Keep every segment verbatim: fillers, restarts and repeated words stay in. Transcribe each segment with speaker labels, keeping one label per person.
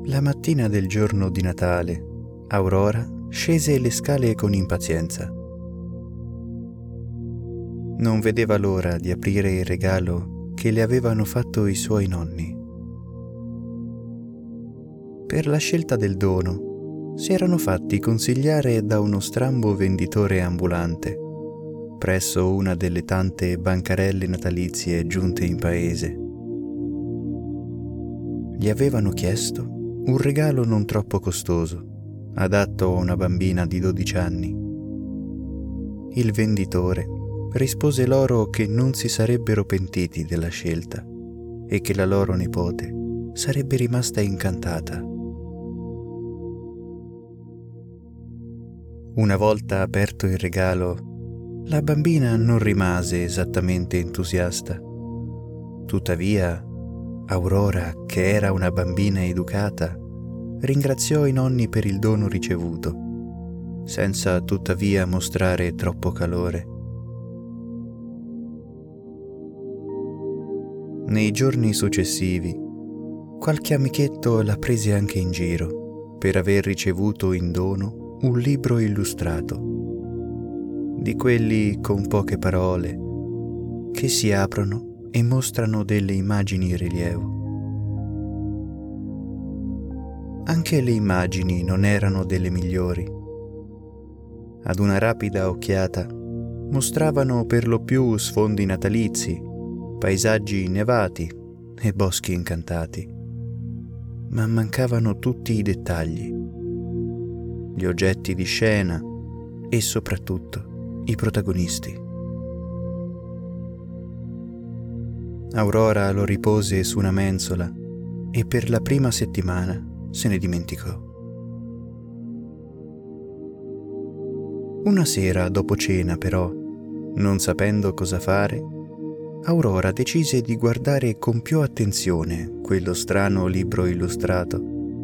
Speaker 1: La mattina del giorno di Natale, Aurora scese le scale con impazienza. Non vedeva l'ora di aprire il regalo che le avevano fatto i suoi nonni. Per la scelta del dono si erano fatti consigliare da uno strambo venditore ambulante presso una delle tante bancarelle natalizie giunte in paese. Gli avevano chiesto un regalo non troppo costoso, adatto a una bambina di dodici anni. Il venditore rispose loro che non si sarebbero pentiti della scelta e che la loro nipote sarebbe rimasta incantata. Una volta aperto il regalo, la bambina non rimase esattamente entusiasta. Tuttavia, Aurora, che era una bambina educata, ringraziò i nonni per il dono ricevuto, senza tuttavia mostrare troppo calore. Nei giorni successivi, qualche amichetto la prese anche in giro per aver ricevuto in dono un libro illustrato, di quelli con poche parole, che si aprono e mostrano delle immagini in rilievo. Anche le immagini non erano delle migliori. Ad una rapida occhiata mostravano per lo più sfondi natalizi, paesaggi innevati e boschi incantati, ma mancavano tutti i dettagli, gli oggetti di scena e soprattutto i protagonisti. Aurora lo ripose su una mensola e per la prima settimana se ne dimenticò. Una sera dopo cena, però, non sapendo cosa fare, Aurora decise di guardare con più attenzione quello strano libro illustrato.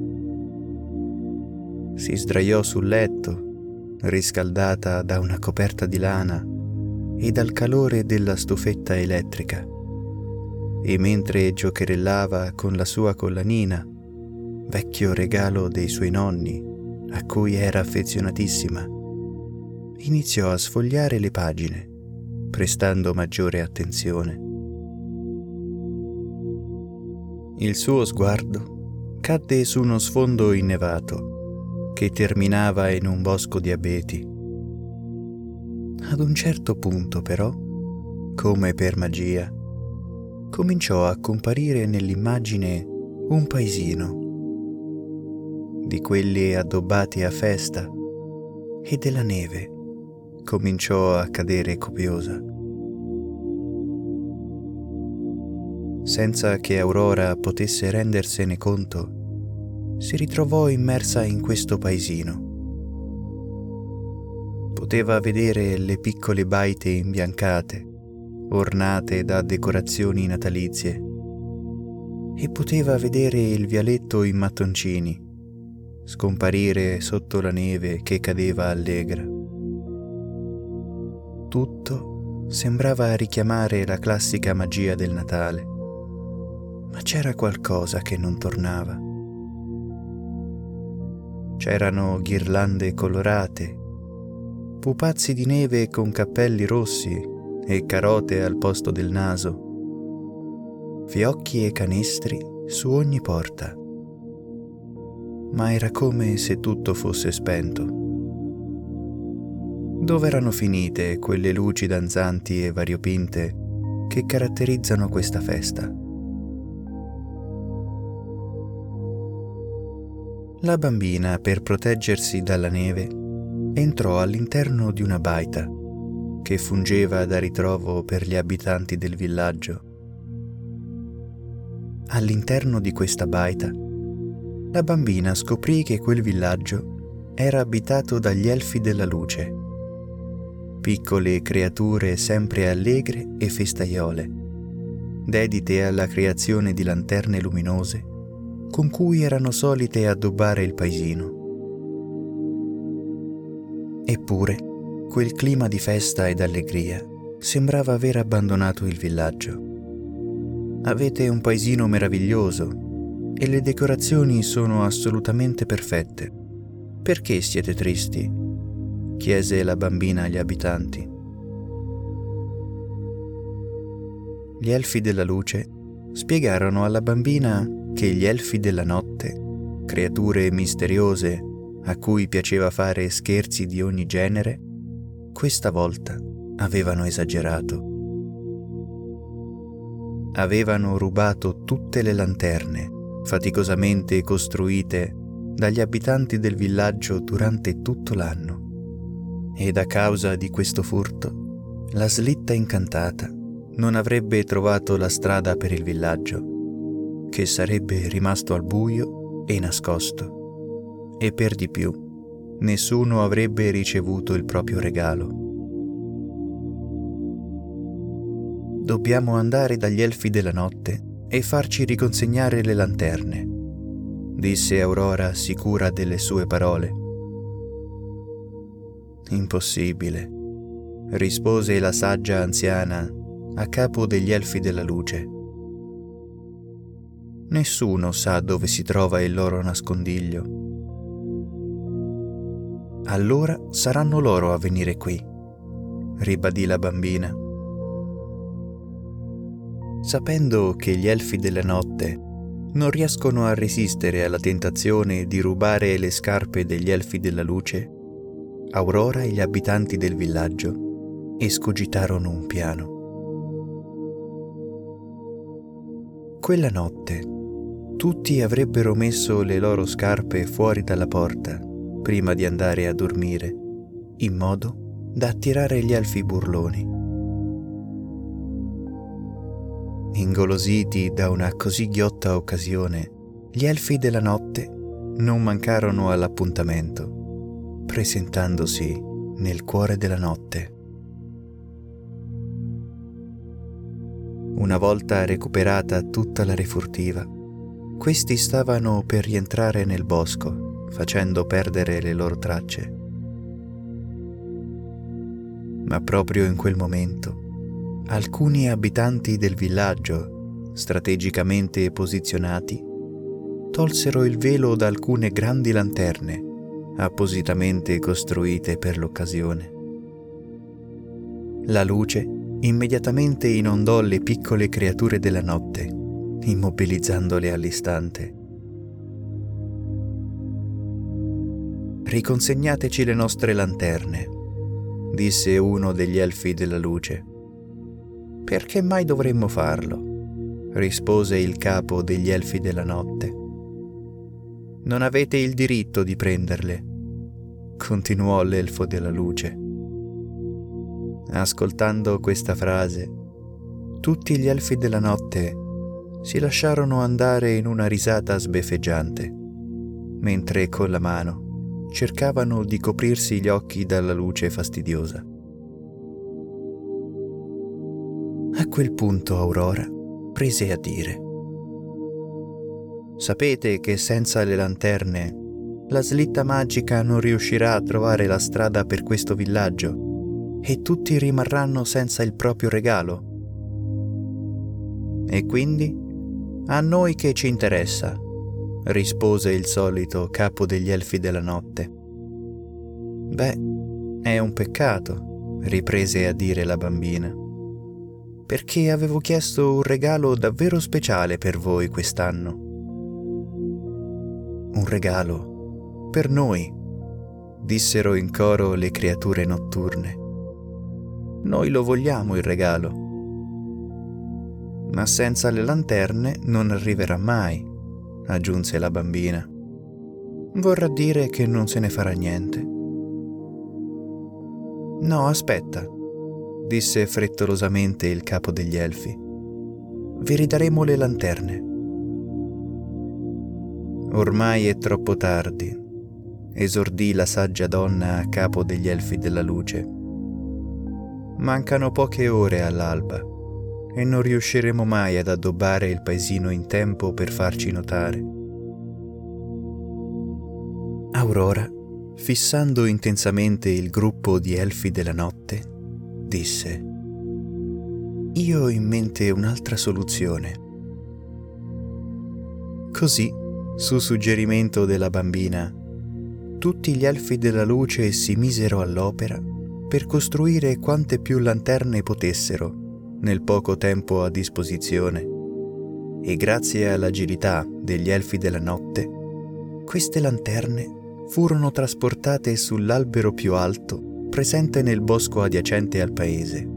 Speaker 1: Si sdraiò sul letto, riscaldata da una coperta di lana e dal calore della stufetta elettrica, e mentre giocherellava con la sua collanina, vecchio regalo dei suoi nonni, a cui era affezionatissima, iniziò a sfogliare le pagine, prestando maggiore attenzione. Il suo sguardo cadde su uno sfondo innevato che terminava in un bosco di abeti. Ad un certo punto, però, come per magia, cominciò a comparire nell'immagine un paesino, di quelli addobbati a festa, e della neve cominciò a cadere copiosa. Senza che Aurora potesse rendersene conto, si ritrovò immersa in questo paesino. Poteva vedere le piccole baite imbiancate, ornate da decorazioni natalizie, e poteva vedere il vialetto in mattoncini scomparire sotto la neve che cadeva allegra. Tutto sembrava richiamare la classica magia del Natale, ma c'era qualcosa che non tornava. C'erano ghirlande colorate, pupazzi di neve con cappelli rossi e carote al posto del naso, fiocchi e canestri su ogni porta. Ma era come se tutto fosse spento. Dove erano finite quelle luci danzanti e variopinte che caratterizzano questa festa? La bambina, per proteggersi dalla neve, entrò all'interno di una baita che fungeva da ritrovo per gli abitanti del villaggio. All'interno di questa baita, la bambina scoprì che quel villaggio era abitato dagli elfi della luce, piccole creature sempre allegre e festaiole, dedite alla creazione di lanterne luminose con cui erano solite addobbare il paesino. Eppure, quel clima di festa ed allegria sembrava aver abbandonato il villaggio. Avete un paesino meraviglioso, e le decorazioni sono assolutamente perfette. Perché siete tristi? Chiese la bambina agli abitanti. Gli elfi della luce spiegarono alla bambina che gli elfi della notte, creature misteriose a cui piaceva fare scherzi di ogni genere, questa volta avevano esagerato. Avevano rubato tutte le lanterne faticosamente costruite dagli abitanti del villaggio durante tutto l'anno, ed a causa di questo furto la slitta incantata non avrebbe trovato la strada per il villaggio, che sarebbe rimasto al buio e nascosto, e per di più nessuno avrebbe ricevuto il proprio regalo. Dobbiamo andare dagli elfi della notte e farci riconsegnare le lanterne, disse Aurora sicura delle sue parole. Impossibile, rispose la saggia anziana a capo degli elfi della luce. Nessuno sa dove si trova il loro nascondiglio. Allora saranno loro a venire qui, ribadì la bambina. Sapendo che gli elfi della notte non riescono a resistere alla tentazione di rubare le scarpe degli elfi della luce, Aurora e gli abitanti del villaggio escogitarono un piano. Quella notte tutti avrebbero messo le loro scarpe fuori dalla porta prima di andare a dormire, in modo da attirare gli elfi burloni. Ingolositi da una così ghiotta occasione, gli elfi della notte non mancarono all'appuntamento, presentandosi nel cuore della notte. Una volta recuperata tutta la refurtiva, questi stavano per rientrare nel bosco, facendo perdere le loro tracce. Ma proprio in quel momento, alcuni abitanti del villaggio, strategicamente posizionati, tolsero il velo da alcune grandi lanterne appositamente costruite per l'occasione. La luce immediatamente inondò le piccole creature della notte, immobilizzandole all'istante. «Riconsegnateci le nostre lanterne», disse uno degli elfi della luce. «Perché mai dovremmo farlo?» rispose il capo degli elfi della notte. «Non avete il diritto di prenderle», continuò l'elfo della luce. Ascoltando questa frase, tutti gli elfi della notte si lasciarono andare in una risata sbeffeggiante, mentre con la mano cercavano di coprirsi gli occhi dalla luce fastidiosa. A quel punto Aurora prese a dire: «Sapete che senza le lanterne la slitta magica non riuscirà a trovare la strada per questo villaggio e tutti rimarranno senza il proprio regalo? E quindi a noi che ci interessa?» rispose il solito capo degli elfi della notte. «Beh, è un peccato», riprese a dire la bambina, «perché avevo chiesto un regalo davvero speciale per voi quest'anno». «Un regalo per noi», dissero in coro le creature notturne. «Noi lo vogliamo il regalo, ma senza le lanterne non arriverà mai», aggiunse la bambina. «Vorrà dire che non se ne farà niente». «No, aspetta», disse frettolosamente il capo degli elfi. «Vi ridaremo le lanterne». «Ormai è troppo tardi», esordì la saggia donna a capo degli elfi della luce. «Mancano poche ore all'alba e non riusciremo mai ad addobbare il paesino in tempo per farci notare». Aurora, fissando intensamente il gruppo di elfi della notte, disse: «Io ho in mente un'altra soluzione». Così, su suggerimento della bambina, tutti gli elfi della luce si misero all'opera per costruire quante più lanterne potessero nel poco tempo a disposizione, e grazie all'agilità degli elfi della notte, queste lanterne furono trasportate sull'albero più alto presente nel bosco adiacente al paese.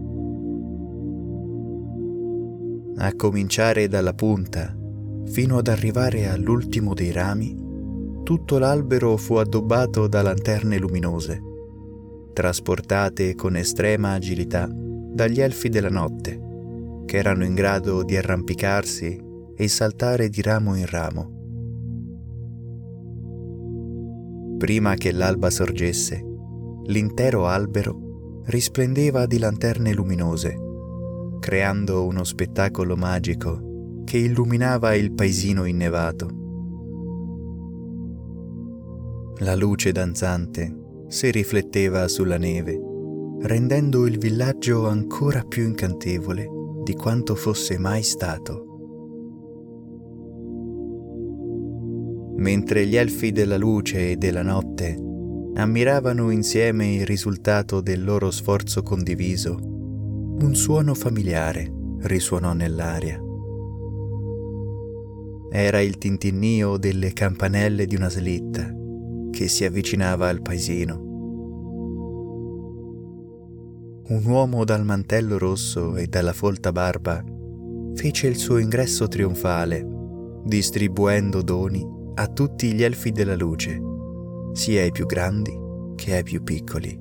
Speaker 1: A cominciare dalla punta fino ad arrivare all'ultimo dei rami, tutto l'albero fu addobbato da lanterne luminose, trasportate con estrema agilità dagli elfi della notte, che erano in grado di arrampicarsi e saltare di ramo in ramo. Prima che l'alba sorgesse, l'intero albero risplendeva di lanterne luminose, creando uno spettacolo magico che illuminava il paesino innevato. La luce danzante si rifletteva sulla neve, rendendo il villaggio ancora più incantevole di quanto fosse mai stato. Mentre gli elfi della luce e della notte ammiravano insieme il risultato del loro sforzo condiviso, un suono familiare risuonò nell'aria. Era il tintinnio delle campanelle di una slitta che si avvicinava al paesino. Un uomo dal mantello rosso e dalla folta barba fece il suo ingresso trionfale, distribuendo doni a tutti gli elfi della luce, sia ai più grandi che ai più piccoli.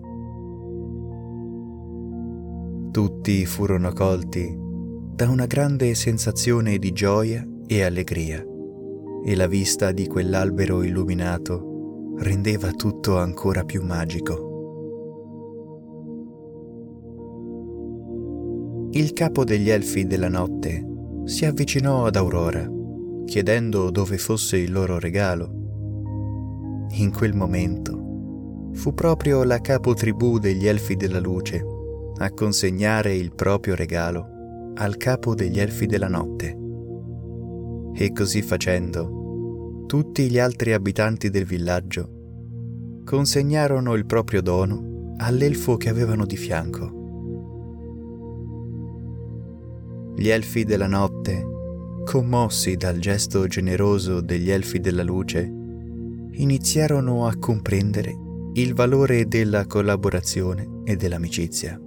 Speaker 1: Tutti furono colti da una grande sensazione di gioia e allegria, e la vista di quell'albero illuminato rendeva tutto ancora più magico. Il capo degli elfi della notte si avvicinò ad Aurora, chiedendo dove fosse il loro regalo. In quel momento fu proprio la capotribù degli elfi della luce a consegnare il proprio regalo al capo degli elfi della notte. E così facendo, tutti gli altri abitanti del villaggio consegnarono il proprio dono all'elfo che avevano di fianco. Gli elfi della notte, commossi dal gesto generoso degli elfi della luce, iniziarono a comprendere il valore della collaborazione e dell'amicizia.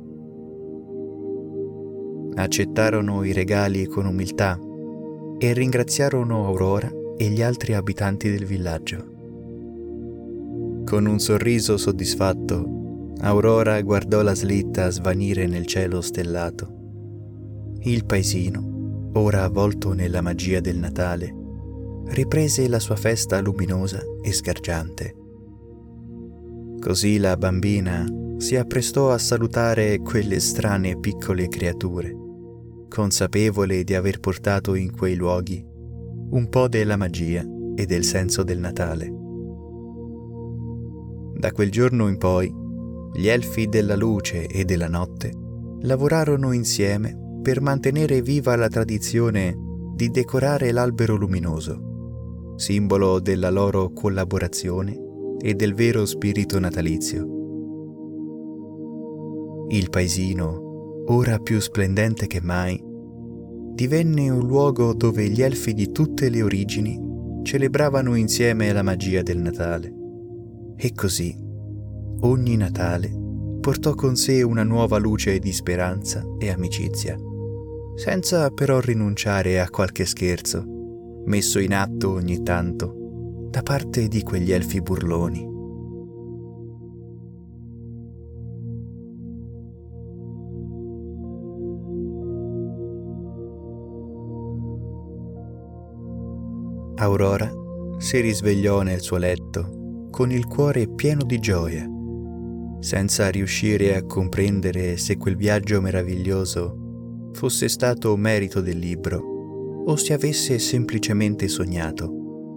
Speaker 1: Accettarono i regali con umiltà e ringraziarono Aurora e gli altri abitanti del villaggio. Con un sorriso soddisfatto, Aurora guardò la slitta svanire nel cielo stellato. Il paesino, ora avvolto nella magia del Natale, riprese la sua festa luminosa e sgargiante. Così la bambina si apprestò a salutare quelle strane piccole creature, consapevole di aver portato in quei luoghi un po' della magia e del senso del Natale. Da quel giorno in poi, gli elfi della luce e della notte lavorarono insieme per mantenere viva la tradizione di decorare l'albero luminoso, simbolo della loro collaborazione e del vero spirito natalizio. Il paesino, ora più splendente che mai, divenne un luogo dove gli elfi di tutte le origini celebravano insieme la magia del Natale. E così, ogni Natale portò con sé una nuova luce di speranza e amicizia, senza però rinunciare a qualche scherzo, messo in atto ogni tanto da parte di quegli elfi burloni. Aurora si risvegliò nel suo letto con il cuore pieno di gioia, senza riuscire a comprendere se quel viaggio meraviglioso fosse stato merito del libro o se avesse semplicemente sognato.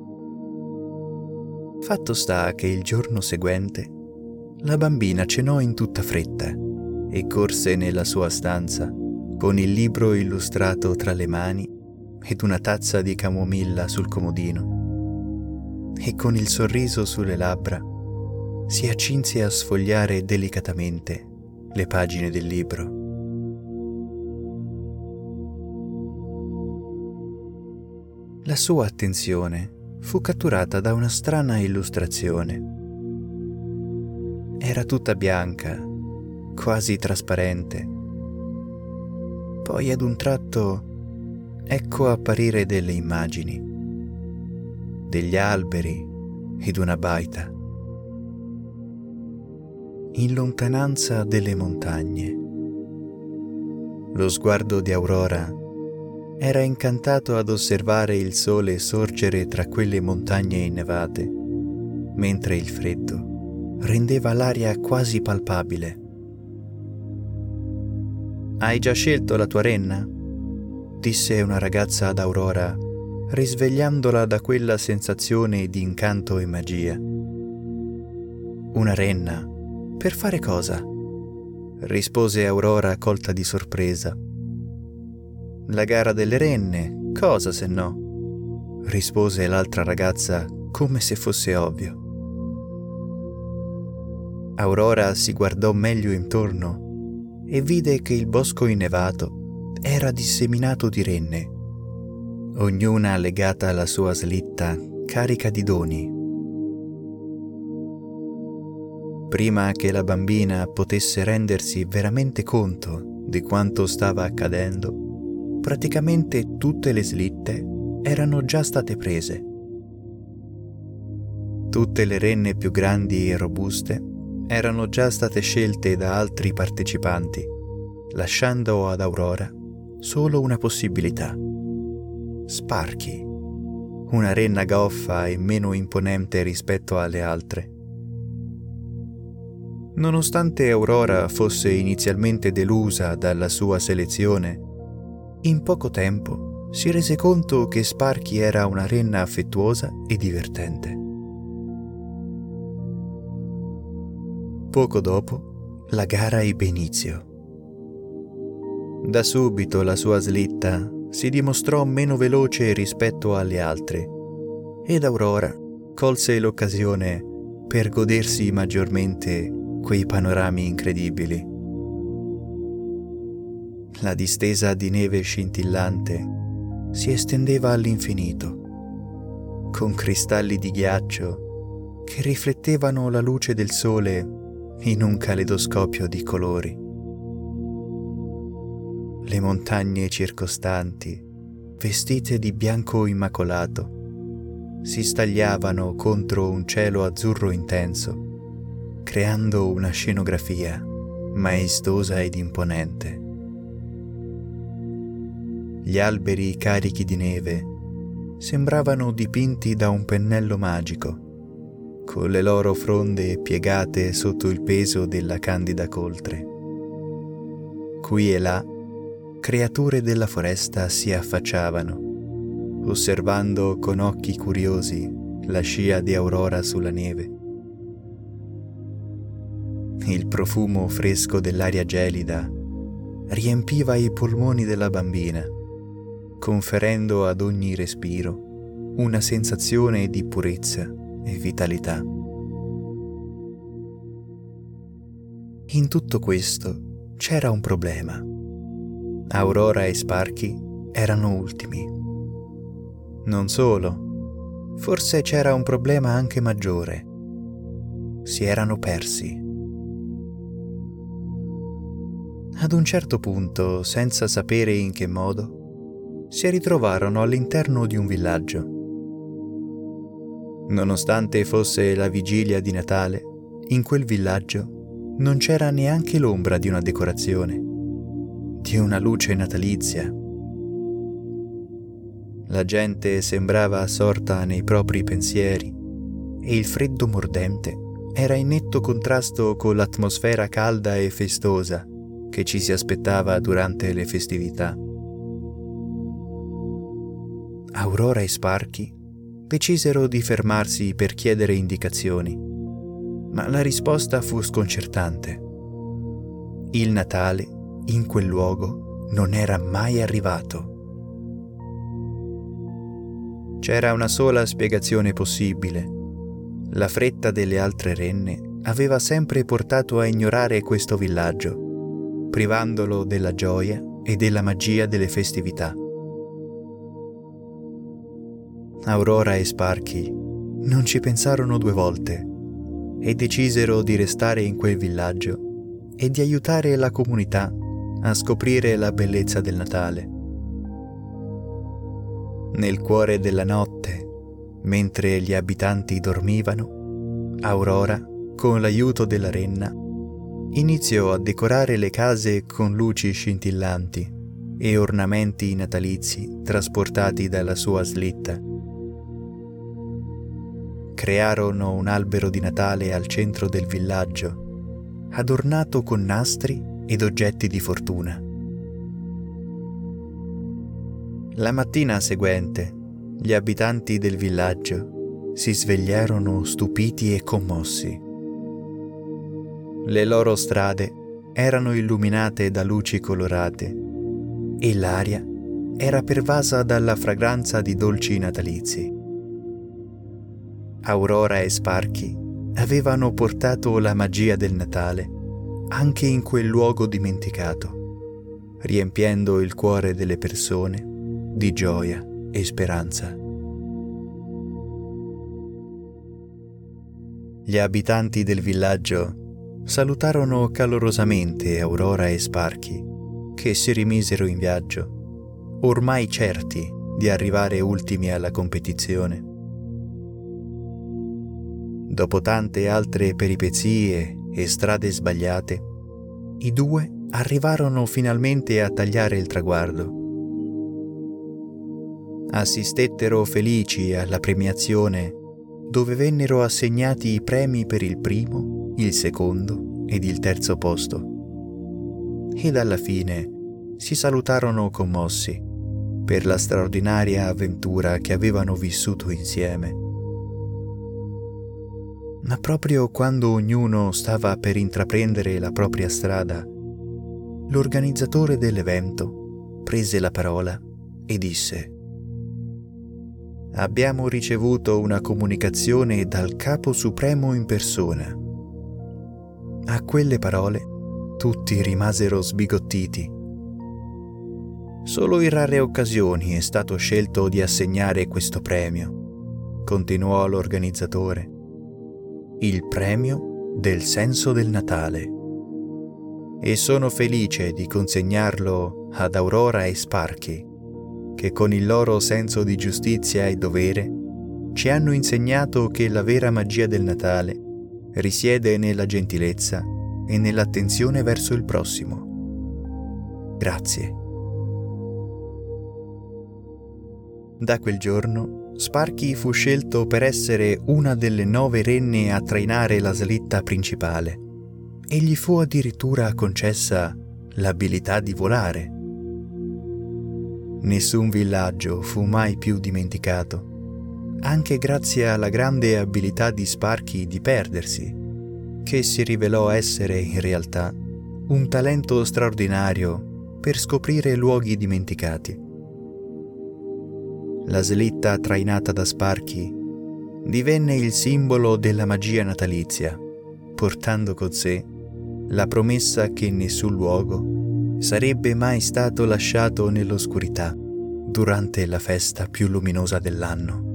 Speaker 1: Fatto sta che il giorno seguente la bambina cenò in tutta fretta e corse nella sua stanza con il libro illustrato tra le mani ed una tazza di camomilla sul comodino, e con il sorriso sulle labbra si accinse a sfogliare delicatamente le pagine del libro. La sua attenzione fu catturata da una strana illustrazione. Era tutta bianca, quasi trasparente. Poi ad un tratto ecco apparire delle immagini, degli alberi ed una baita. In lontananza delle montagne. Lo sguardo di Aurora era incantato ad osservare il sole sorgere tra quelle montagne innevate, mentre il freddo rendeva l'aria quasi palpabile. «Hai già scelto la tua renna?» disse una ragazza ad Aurora, risvegliandola da quella sensazione di incanto e magia. «Una renna? Per fare cosa?» rispose Aurora colta di sorpresa. «La gara delle renne, cosa se no?» rispose l'altra ragazza come se fosse ovvio. Aurora si guardò meglio intorno e vide che il bosco innevato era disseminato di renne, ognuna legata alla sua slitta carica di doni. Prima che la bambina potesse rendersi veramente conto di quanto stava accadendo, praticamente tutte le slitte erano già state prese. Tutte le renne più grandi e robuste erano già state scelte da altri partecipanti, lasciando ad Aurora solo una possibilità. Sparky, una renna goffa e meno imponente rispetto alle altre. Nonostante Aurora fosse inizialmente delusa dalla sua selezione, in poco tempo si rese conto che Sparky era una renna affettuosa e divertente. Poco dopo, la gara ebbe inizio. Da subito la sua slitta si dimostrò meno veloce rispetto alle altre ed Aurora colse l'occasione per godersi maggiormente quei panorami incredibili. La distesa di neve scintillante si estendeva all'infinito, con cristalli di ghiaccio che riflettevano la luce del sole in un caleidoscopio di colori. Le montagne circostanti, vestite di bianco immacolato, si stagliavano contro un cielo azzurro intenso, creando una scenografia maestosa ed imponente. Gli alberi carichi di neve sembravano dipinti da un pennello magico, con le loro fronde piegate sotto il peso della candida coltre. Qui e là, creature della foresta si affacciavano, osservando con occhi curiosi la scia di Aurora sulla neve. Il profumo fresco dell'aria gelida riempiva i polmoni della bambina, conferendo ad ogni respiro una sensazione di purezza e vitalità. In tutto questo c'era un problema. Aurora e Sparky erano ultimi. Non solo, forse c'era un problema anche maggiore. Si erano persi. Ad un certo punto, senza sapere in che modo, si ritrovarono all'interno di un villaggio. Nonostante fosse la vigilia di Natale, in quel villaggio non c'era neanche l'ombra di una decorazione, di una luce natalizia. La gente sembrava assorta nei propri pensieri e il freddo mordente era in netto contrasto con l'atmosfera calda e festosa che ci si aspettava durante le festività. Aurora e Sparky decisero di fermarsi per chiedere indicazioni, ma la risposta fu sconcertante. Il Natale in quel luogo non era mai arrivato. C'era una sola spiegazione possibile. La fretta delle altre renne aveva sempre portato a ignorare questo villaggio, privandolo della gioia e della magia delle festività. Aurora e Sparky non ci pensarono due volte e decisero di restare in quel villaggio e di aiutare la comunità a scoprire la bellezza del Natale. Nel cuore della notte, mentre gli abitanti dormivano, Aurora, con l'aiuto della renna, iniziò a decorare le case con luci scintillanti e ornamenti natalizi trasportati dalla sua slitta. Crearono un albero di Natale al centro del villaggio, adornato con nastri ed oggetti di fortuna. La mattina seguente, gli abitanti del villaggio si svegliarono stupiti e commossi. Le loro strade erano illuminate da luci colorate e l'aria era pervasa dalla fragranza di dolci natalizi. Aurora e Sparky avevano portato la magia del Natale anche in quel luogo dimenticato, riempiendo il cuore delle persone di gioia e speranza. Gli abitanti del villaggio salutarono calorosamente Aurora e Sparky, che si rimisero in viaggio, ormai certi di arrivare ultimi alla competizione. Dopo tante altre peripezie e strade sbagliate, i due arrivarono finalmente a tagliare il traguardo. Assistettero felici alla premiazione, dove vennero assegnati i premi per il primo, il secondo ed il terzo posto. Ed alla fine si salutarono commossi per la straordinaria avventura che avevano vissuto insieme. Ma proprio quando ognuno stava per intraprendere la propria strada, l'organizzatore dell'evento prese la parola e disse: «Abbiamo ricevuto una comunicazione dal Capo Supremo in persona». A quelle parole tutti rimasero sbigottiti. «Solo in rare occasioni è stato scelto di assegnare questo premio», continuò l'organizzatore. «Il premio del senso del Natale. E sono felice di consegnarlo ad Aurora e Sparky, che con il loro senso di giustizia e dovere ci hanno insegnato che la vera magia del Natale risiede nella gentilezza e nell'attenzione verso il prossimo. Grazie». Da quel giorno, Sparky fu scelto per essere una delle nove renne a trainare la slitta principale e gli fu addirittura concessa l'abilità di volare. Nessun villaggio fu mai più dimenticato, anche grazie alla grande abilità di Sparky di perdersi, che si rivelò essere in realtà un talento straordinario per scoprire luoghi dimenticati. La slitta trainata da Sparky divenne il simbolo della magia natalizia, portando con sé la promessa che nessun luogo sarebbe mai stato lasciato nell'oscurità durante la festa più luminosa dell'anno.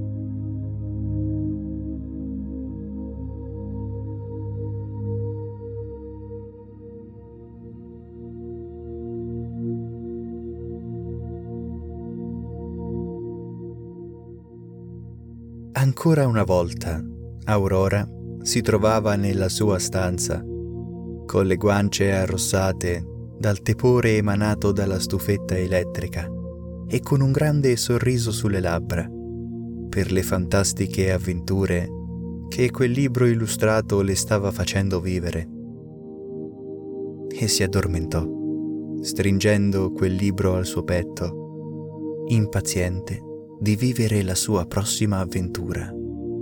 Speaker 1: Ancora una volta, Aurora si trovava nella sua stanza, con le guance arrossate dal tepore emanato dalla stufetta elettrica e con un grande sorriso sulle labbra per le fantastiche avventure che quel libro illustrato le stava facendo vivere. E si addormentò, stringendo quel libro al suo petto, impaziente di vivere la sua prossima avventura.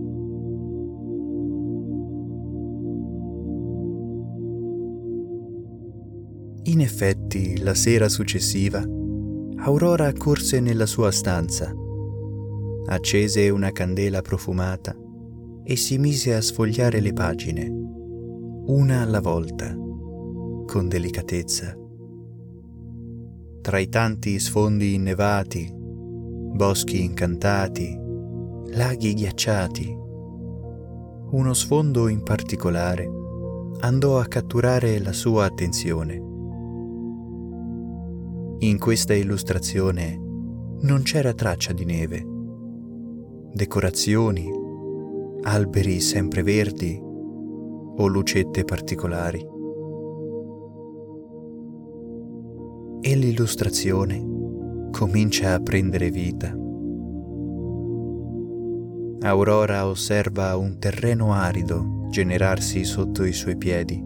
Speaker 1: In effetti, la sera successiva, Aurora corse nella sua stanza, accese una candela profumata e si mise a sfogliare le pagine, una alla volta, con delicatezza. Tra i tanti sfondi innevati, boschi incantati, laghi ghiacciati, uno sfondo in particolare andò a catturare la sua attenzione. In questa illustrazione non c'era traccia di neve, decorazioni, alberi sempreverdi o lucette particolari. E l'illustrazione comincia a prendere vita. Aurora osserva un terreno arido generarsi sotto i suoi piedi.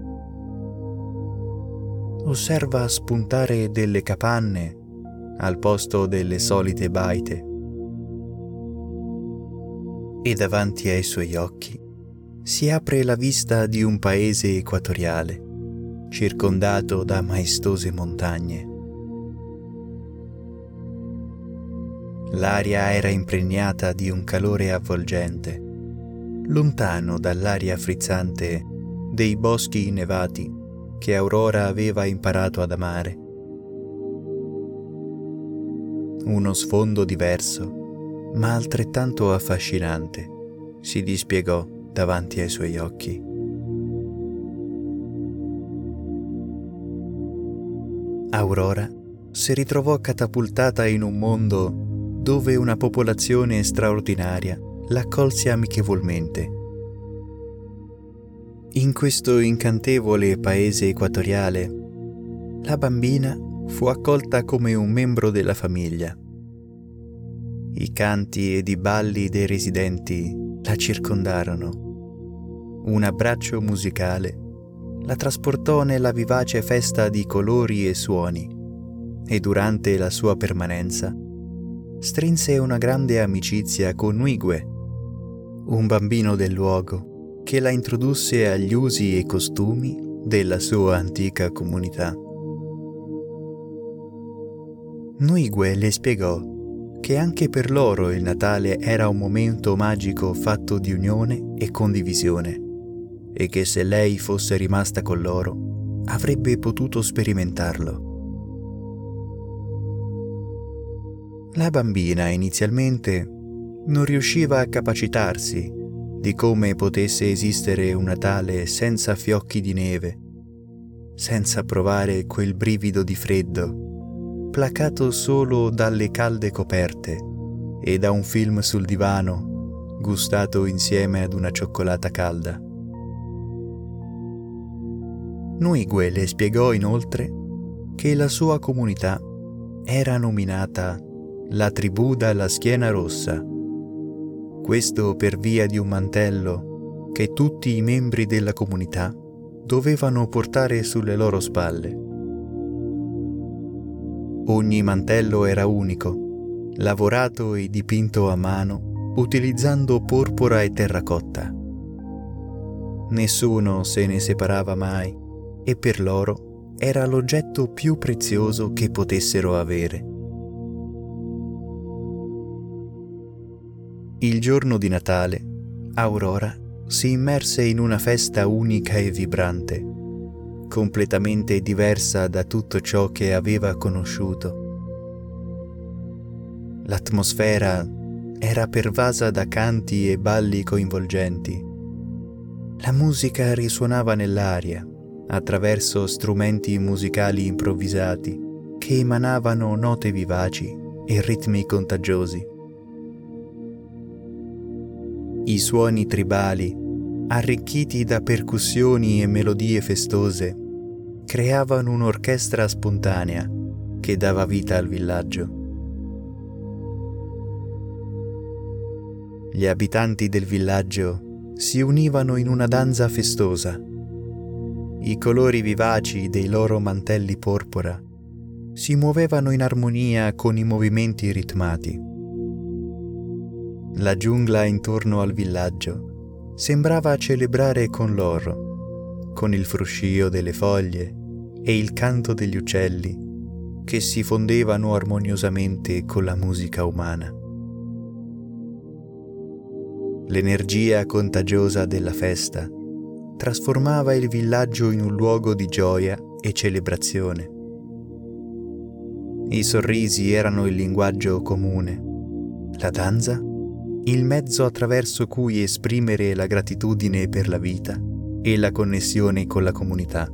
Speaker 1: Osserva spuntare delle capanne al posto delle solite baite. E davanti ai suoi occhi si apre la vista di un paese equatoriale, circondato da maestose montagne. L'aria era impregnata di un calore avvolgente, lontano dall'aria frizzante dei boschi innevati che Aurora aveva imparato ad amare. Uno sfondo diverso, ma altrettanto affascinante, si dispiegò davanti ai suoi occhi. Aurora si ritrovò catapultata in un mondo dove una popolazione straordinaria l'accolse amichevolmente. In questo incantevole paese equatoriale, la bambina fu accolta come un membro della famiglia. I canti ed i balli dei residenti la circondarono. Un abbraccio musicale la trasportò nella vivace festa di colori e suoni e durante la sua permanenza strinse una grande amicizia con Nuigue, un bambino del luogo che la introdusse agli usi e costumi della sua antica comunità. Nuigue le spiegò che anche per loro il Natale era un momento magico fatto di unione e condivisione e che se lei fosse rimasta con loro avrebbe potuto sperimentarlo. La bambina inizialmente non riusciva a capacitarsi di come potesse esistere un Natale senza fiocchi di neve, senza provare quel brivido di freddo, placato solo dalle calde coperte e da un film sul divano, gustato insieme ad una cioccolata calda. Nuigue le spiegò inoltre che la sua comunità era nominata la tribù dalla schiena rossa, questo per via di un mantello che tutti i membri della comunità dovevano portare sulle loro spalle. Ogni mantello era unico, lavorato e dipinto a mano utilizzando porpora e terracotta. Nessuno se ne separava mai e per loro era l'oggetto più prezioso che potessero avere. Il giorno di Natale, Aurora si immerse in una festa unica e vibrante, completamente diversa da tutto ciò che aveva conosciuto. L'atmosfera era pervasa da canti e balli coinvolgenti. La musica risuonava nell'aria attraverso strumenti musicali improvvisati che emanavano note vivaci e ritmi contagiosi. I suoni tribali, arricchiti da percussioni e melodie festose, creavano un'orchestra spontanea che dava vita al villaggio. Gli abitanti del villaggio si univano in una danza festosa. I colori vivaci dei loro mantelli porpora si muovevano in armonia con i movimenti ritmati. La giungla intorno al villaggio sembrava celebrare con loro, con il fruscio delle foglie e il canto degli uccelli che si fondevano armoniosamente con la musica umana. L'energia contagiosa della festa trasformava il villaggio in un luogo di gioia e celebrazione. I sorrisi erano il linguaggio comune, la danza il mezzo attraverso cui esprimere la gratitudine per la vita e la connessione con la comunità.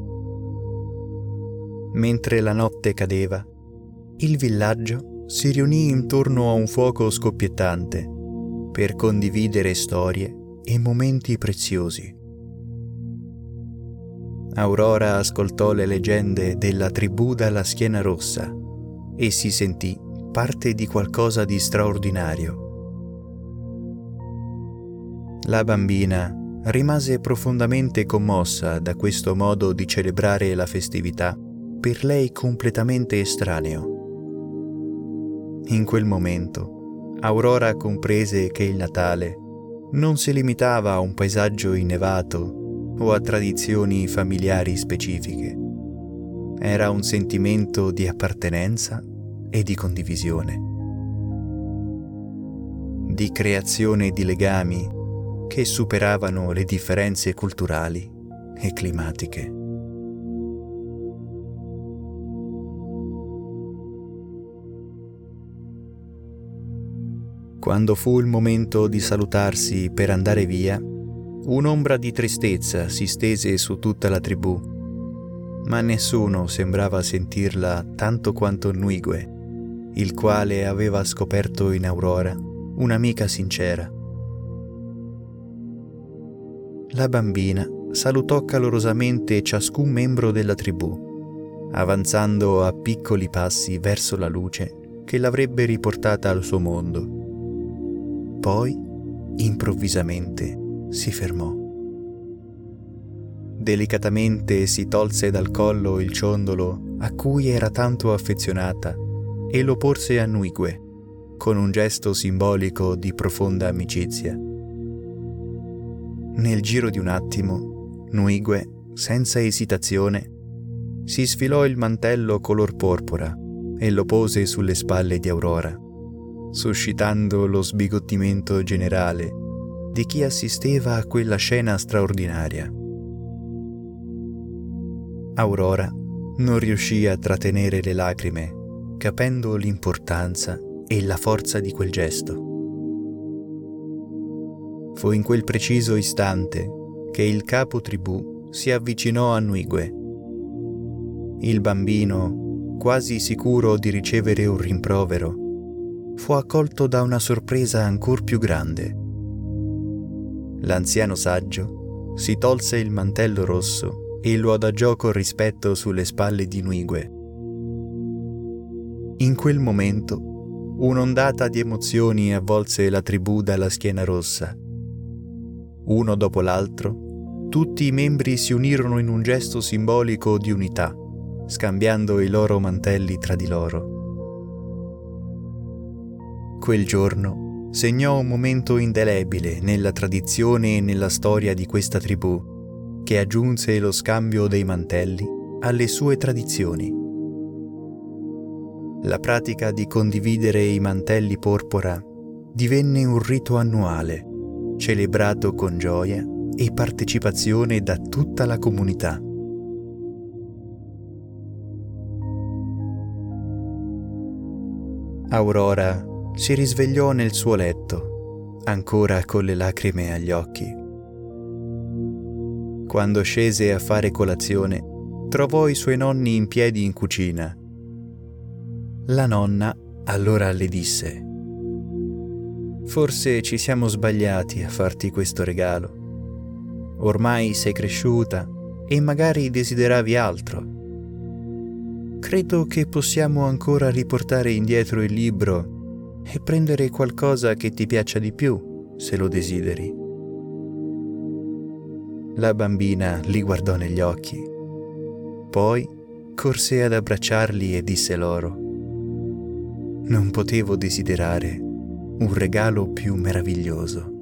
Speaker 1: Mentre la notte cadeva, il villaggio si riunì intorno a un fuoco scoppiettante per condividere storie e momenti preziosi. Aurora ascoltò le leggende della tribù dalla schiena rossa e si sentì parte di qualcosa di straordinario. La bambina rimase profondamente commossa da questo modo di celebrare la festività, per lei completamente estraneo. In quel momento, Aurora comprese che il Natale non si limitava a un paesaggio innevato o a tradizioni familiari specifiche. Era un sentimento di appartenenza e di condivisione, di creazione di legami che superavano le differenze culturali e climatiche. Quando fu il momento di salutarsi per andare via, un'ombra di tristezza si stese su tutta la tribù, ma nessuno sembrava sentirla tanto quanto Nüigwe, il quale aveva scoperto in Aurora un'amica sincera. La bambina salutò calorosamente ciascun membro della tribù, avanzando a piccoli passi verso la luce che l'avrebbe riportata al suo mondo. Poi, improvvisamente, si fermò. Delicatamente si tolse dal collo il ciondolo a cui era tanto affezionata e lo porse a Nüigwe, con un gesto simbolico di profonda amicizia. Nel giro di un attimo, Nüigwe, senza esitazione, si sfilò il mantello color porpora e lo pose sulle spalle di Aurora, suscitando lo sbigottimento generale di chi assisteva a quella scena straordinaria. Aurora non riuscì a trattenere le lacrime, capendo l'importanza e la forza di quel gesto. Fu in quel preciso istante che il capo tribù si avvicinò a Nüigwe. Il bambino, quasi sicuro di ricevere un rimprovero, fu accolto da una sorpresa ancor più grande. L'anziano saggio si tolse il mantello rosso e lo adagiò con rispetto sulle spalle di Nüigwe. In quel momento, un'ondata di emozioni avvolse la tribù dalla schiena rossa. Uno dopo l'altro, tutti i membri si unirono in un gesto simbolico di unità, scambiando i loro mantelli tra di loro. Quel giorno segnò un momento indelebile nella tradizione e nella storia di questa tribù, che aggiunse lo scambio dei mantelli alle sue tradizioni. La pratica di condividere i mantelli porpora divenne un rito annuale, celebrato con gioia e partecipazione da tutta la comunità. Aurora si risvegliò nel suo letto, ancora con le lacrime agli occhi. Quando scese a fare colazione, trovò i suoi nonni in piedi in cucina. La nonna allora le disse: «Forse ci siamo sbagliati a farti questo regalo. Ormai sei cresciuta e magari desideravi altro. Credo che possiamo ancora riportare indietro il libro e prendere qualcosa che ti piaccia di più, se lo desideri». La bambina li guardò negli occhi, poi corse ad abbracciarli e disse loro: «Non potevo desiderare un regalo più meraviglioso».